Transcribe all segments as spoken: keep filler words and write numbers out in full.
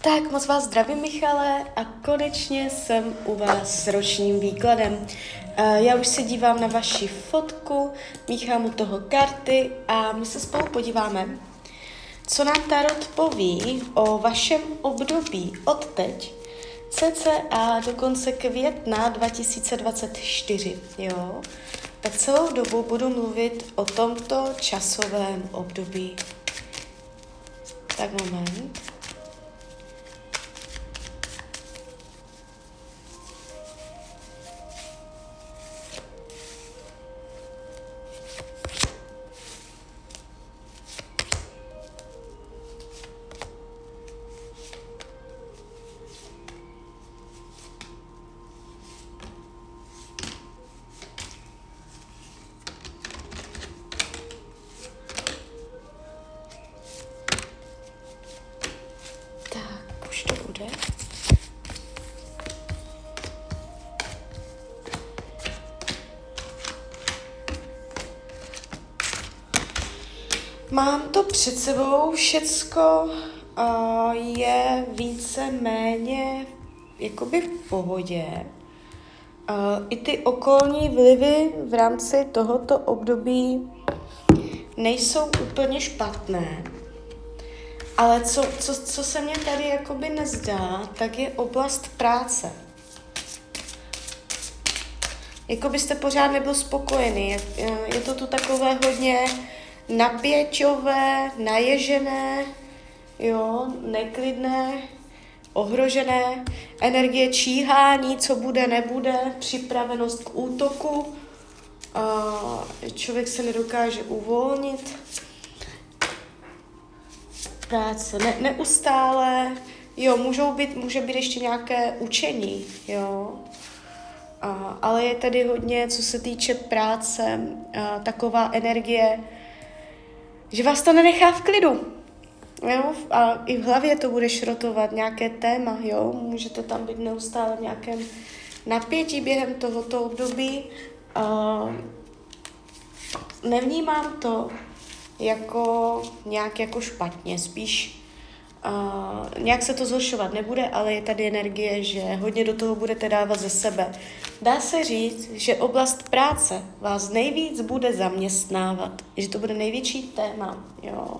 Tak moc vás zdravím, Michale, a konečně jsem u vás s ročním výkladem. Já už se dívám na vaši fotku, míchám u toho karty a my se spolu podíváme, co nám Tarot poví o vašem období od teď, cca do konce května dva tisíce dvacet čtyři, jo? Tak celou dobu budu mluvit o tomto časovém období. Tak moment. Mám to před sebou, všecko uh, je více méně jakoby v pohodě. Uh, I ty okolní vlivy v rámci tohoto období nejsou úplně špatné. Ale co, co, co se mně tady jakoby nezdá, tak je oblast práce. Jako byste pořád nebyl spokojený. Je, je to tu takové hodně napěťové, naježené, jo, neklidné, ohrožené, energie číhání, co bude, nebude, připravenost k útoku, a člověk se nedokáže uvolnit, práce ne, neustále, jo, můžou být, může být ještě nějaké učení, jo, a, ale je tady hodně, co se týče práce, a, taková energie, že vás to nenechá v klidu, jo, a i v hlavě to bude šrotovat nějaké téma, jo, můžete tam být neustále v nějakém napětí během tohoto období. Uh, nevnímám to jako nějak jako špatně, spíš uh, nějak se to zhoršovat nebude, ale je tady energie, že hodně do toho budete dávat ze sebe. Dá se říct, že oblast práce vás nejvíc bude zaměstnávat, že to bude největší téma, jo.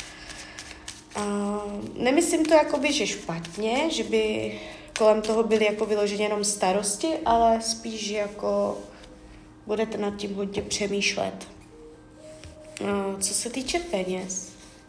Uh, nemyslím to jakoby, že špatně, že by kolem toho byly jako vyloženě jenom starosti, ale spíš jako budete nad tím hodně přemýšlet. Uh, co se týče peněz,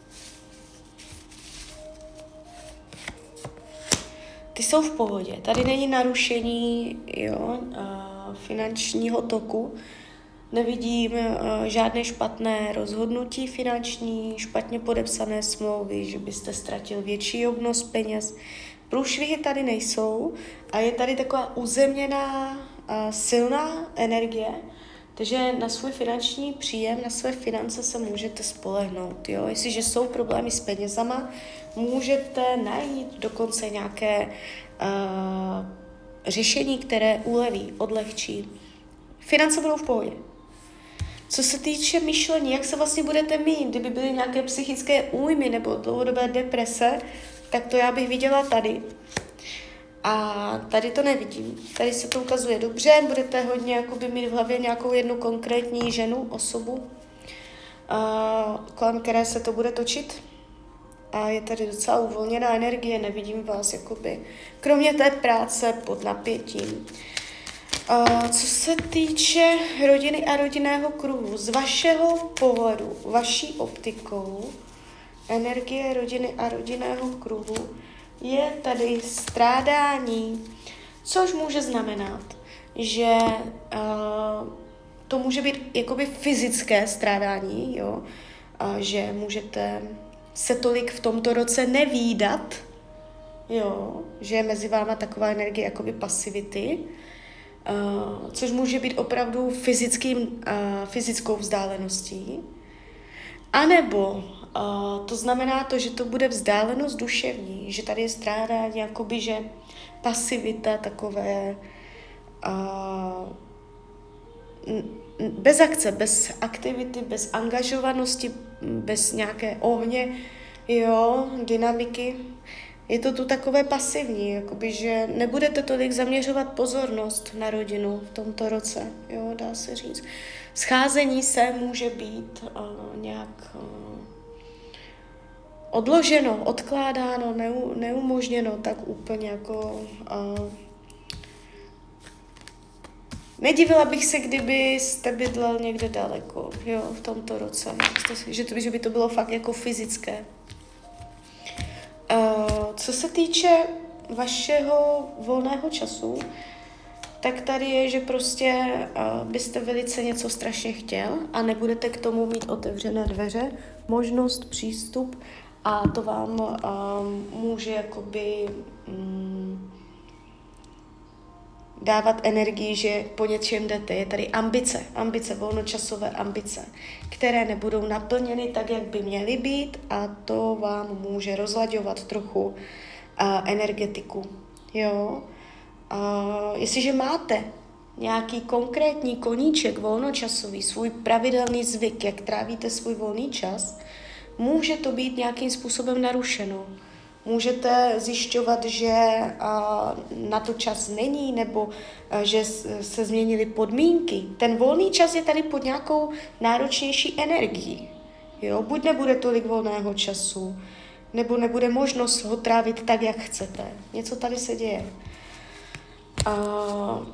ty jsou v pohodě. Tady není narušení, jo, uh, finančního toku. Nevidím uh, žádné špatné rozhodnutí finanční, špatně podepsané smlouvy, že byste ztratil větší obnos peněz. Průšvihy tady nejsou a je tady taková uzemněná, uh, silná energie, takže na svůj finanční příjem, na své finance se můžete spolehnout. Jo? Jestliže jsou problémy s penězama, můžete najít dokonce nějaké uh, řešení, které uleví, odlehčí. Finance budou v pohodě. Co se týče myšlení, jak se vlastně budete mít, kdyby byly nějaké psychické újmy nebo dlouhodobé deprese, tak to já bych viděla tady. A tady to nevidím. Tady se to ukazuje dobře, budete hodně jakoby mít v hlavě nějakou jednu konkrétní ženu, osobu, uh, kolem které se to bude točit. A je tady docela uvolněná energie, nevidím vás jakoby, kromě té práce pod napětím. Uh, co se týče rodiny a rodinného kruhu, z vašeho pohledu, vaší optikou, energie rodiny a rodinného kruhu, je tady strádání, což může znamenat, že uh, to může být jakoby fyzické strádání, jo? Uh, že můžete se tolik v tomto roce nevídat, jo? Že je mezi váma taková energie jakoby pasivity, uh, což může být opravdu fyzickým, uh, fyzickou vzdáleností, anebo Uh, to znamená to, že to bude vzdálenost duševní, že tady je strádání, jakoby, že pasivita, takové uh, bez akce, bez aktivity, bez angažovanosti, bez nějaké ohně, jo, dynamiky. Je to tu takové pasivní, jakoby, že nebudete tolik zaměřovat pozornost na rodinu v tomto roce, jo, dá se říct. Scházení se může být uh, nějak uh, odloženo, odkládáno, neu, neumožněno tak úplně jako... Uh, Nedivila bych se, kdyby jste bydlel někde daleko, jo, v tomto roce, že, to, že by to bylo fakt jako fyzické. Uh, co se týče vašeho volného času, tak tady je, že prostě uh, byste velice něco strašně chtěl a nebudete k tomu mít otevřené dveře, možnost, přístup a to vám uh, může jakoby um, dávat energii, že po něčem jdete. Je tady ambice, ambice, volnočasové ambice, které nebudou naplněny tak, jak by měly být a to vám může rozlaďovat trochu uh, energetiku. Jo? Uh, jestliže máte nějaký konkrétní koníček volnočasový, svůj pravidelný zvyk, jak trávíte svůj volný čas, může to být nějakým způsobem narušeno. Můžete zjišťovat, že uh, na to čas není, nebo uh, že se změnily podmínky. Ten volný čas je tady pod nějakou náročnější energií. Jo? Buď nebude tolik volného času, nebo nebude možnost ho trávit tak, jak chcete. Něco tady se děje. Uh,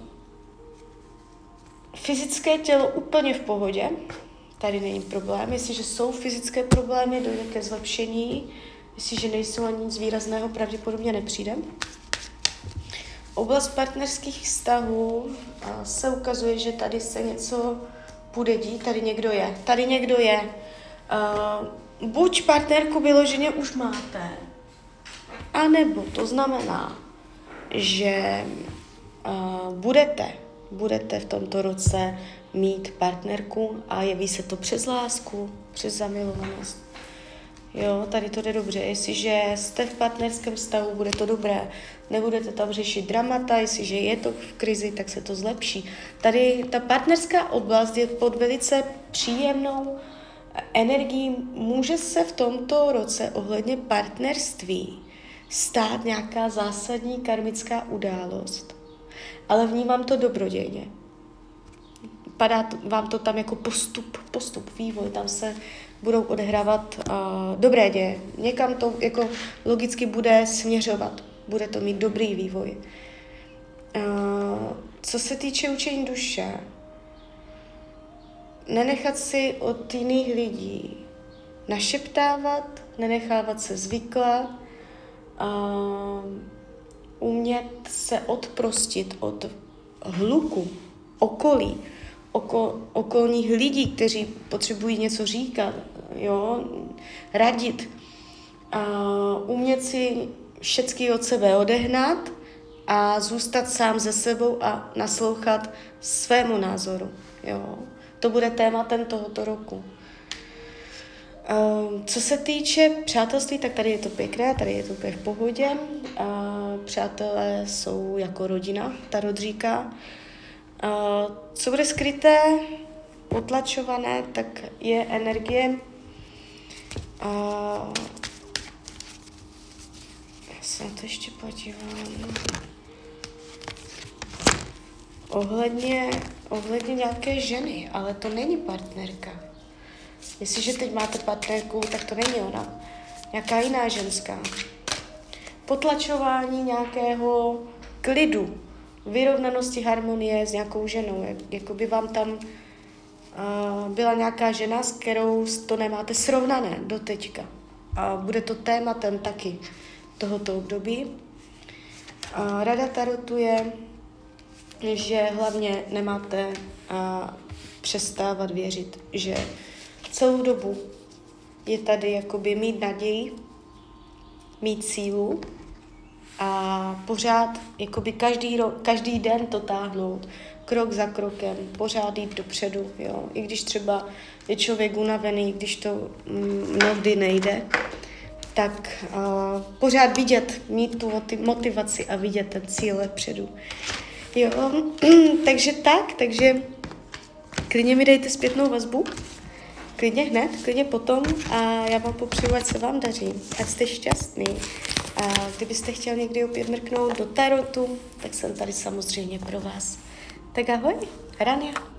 fyzické tělo úplně v pohodě. Tady není problém. Jestliže jsou fyzické problémy, dojde ke zlepšení. Jestliže nejsou ani nic výrazného, pravděpodobně nepřijde. Oblast partnerských vztahů se ukazuje, že tady se něco bude dít, tady někdo je. Tady někdo je. Uh, buď partnerku vyloženě už máte, anebo to znamená, že uh, budete, budete v tomto roce mít partnerku a jeví se to přes lásku, přes zamilovanost. Jo, tady to jde dobře. Jestliže jste v partnerském vztahu, bude to dobré. Nebudete tam řešit dramata, jestliže je to v krizi, tak se to zlepší. Tady ta partnerská oblast je pod velice příjemnou energií. Může se v tomto roce ohledně partnerství stát nějaká zásadní karmická událost. Ale vnímám to dobrodějně. Padá to, vám to tam jako postup, postup, vývoj, tam se budou odehrávat uh, dobré děje. Někam to jako logicky bude směřovat, bude to mít dobrý vývoj. Uh, co se týče učení duše, nenechat si od jiných lidí našeptávat, nenechávat se zvyklat, uh, umět se odprostit od hluku, okolí, oko, okolních lidí, kteří potřebují něco říkat, jo, radit. Uh, umět si všecky od sebe odehnat a zůstat sám ze sebou a naslouchat svému názoru. Jo. To bude tématem tohoto roku. Uh, co se týče přátelství, tak tady je to pěkné, tady je to úplně v pohodě. Uh, přátelé jsou jako rodina, Tarot říká. Uh, co bude skryté, potlačované, tak je energie. Uh, já se na to ještě podívám. Ohledně, ohledně nějaké ženy, ale to není partnerka. Jestliže teď máte partnerku, tak to není ona. Nějaká jiná ženská. Potlačování nějakého klidu, vyrovnanosti, harmonie s nějakou ženou. Jak, jako by vám tam uh, byla nějaká žena, s kterou to nemáte srovnané doteďka. A bude to tématem taky tohoto období. Uh, Rada Tarotu je, že hlavně nemáte uh, přestávat věřit, že celou dobu je tady jakoby mít naději, mít sílu a pořád jakoby každý, ro- každý den to táhnout, krok za krokem, pořád jít dopředu, jo. I když třeba je člověk unavený, když to mnohdy nejde, tak uh, pořád vidět, mít tu motivaci a vidět ten cíl vpředu. Jo, takže tak, takže klidně mi dejte zpětnou vazbu, klidně hned, klidně potom a já vám popřeju, ať se vám daří, ať jste šťastný, A kdybyste chtěl někdy opět mrknout do tarotu, tak jsem tady samozřejmě pro vás. Tak ahoj, Rania.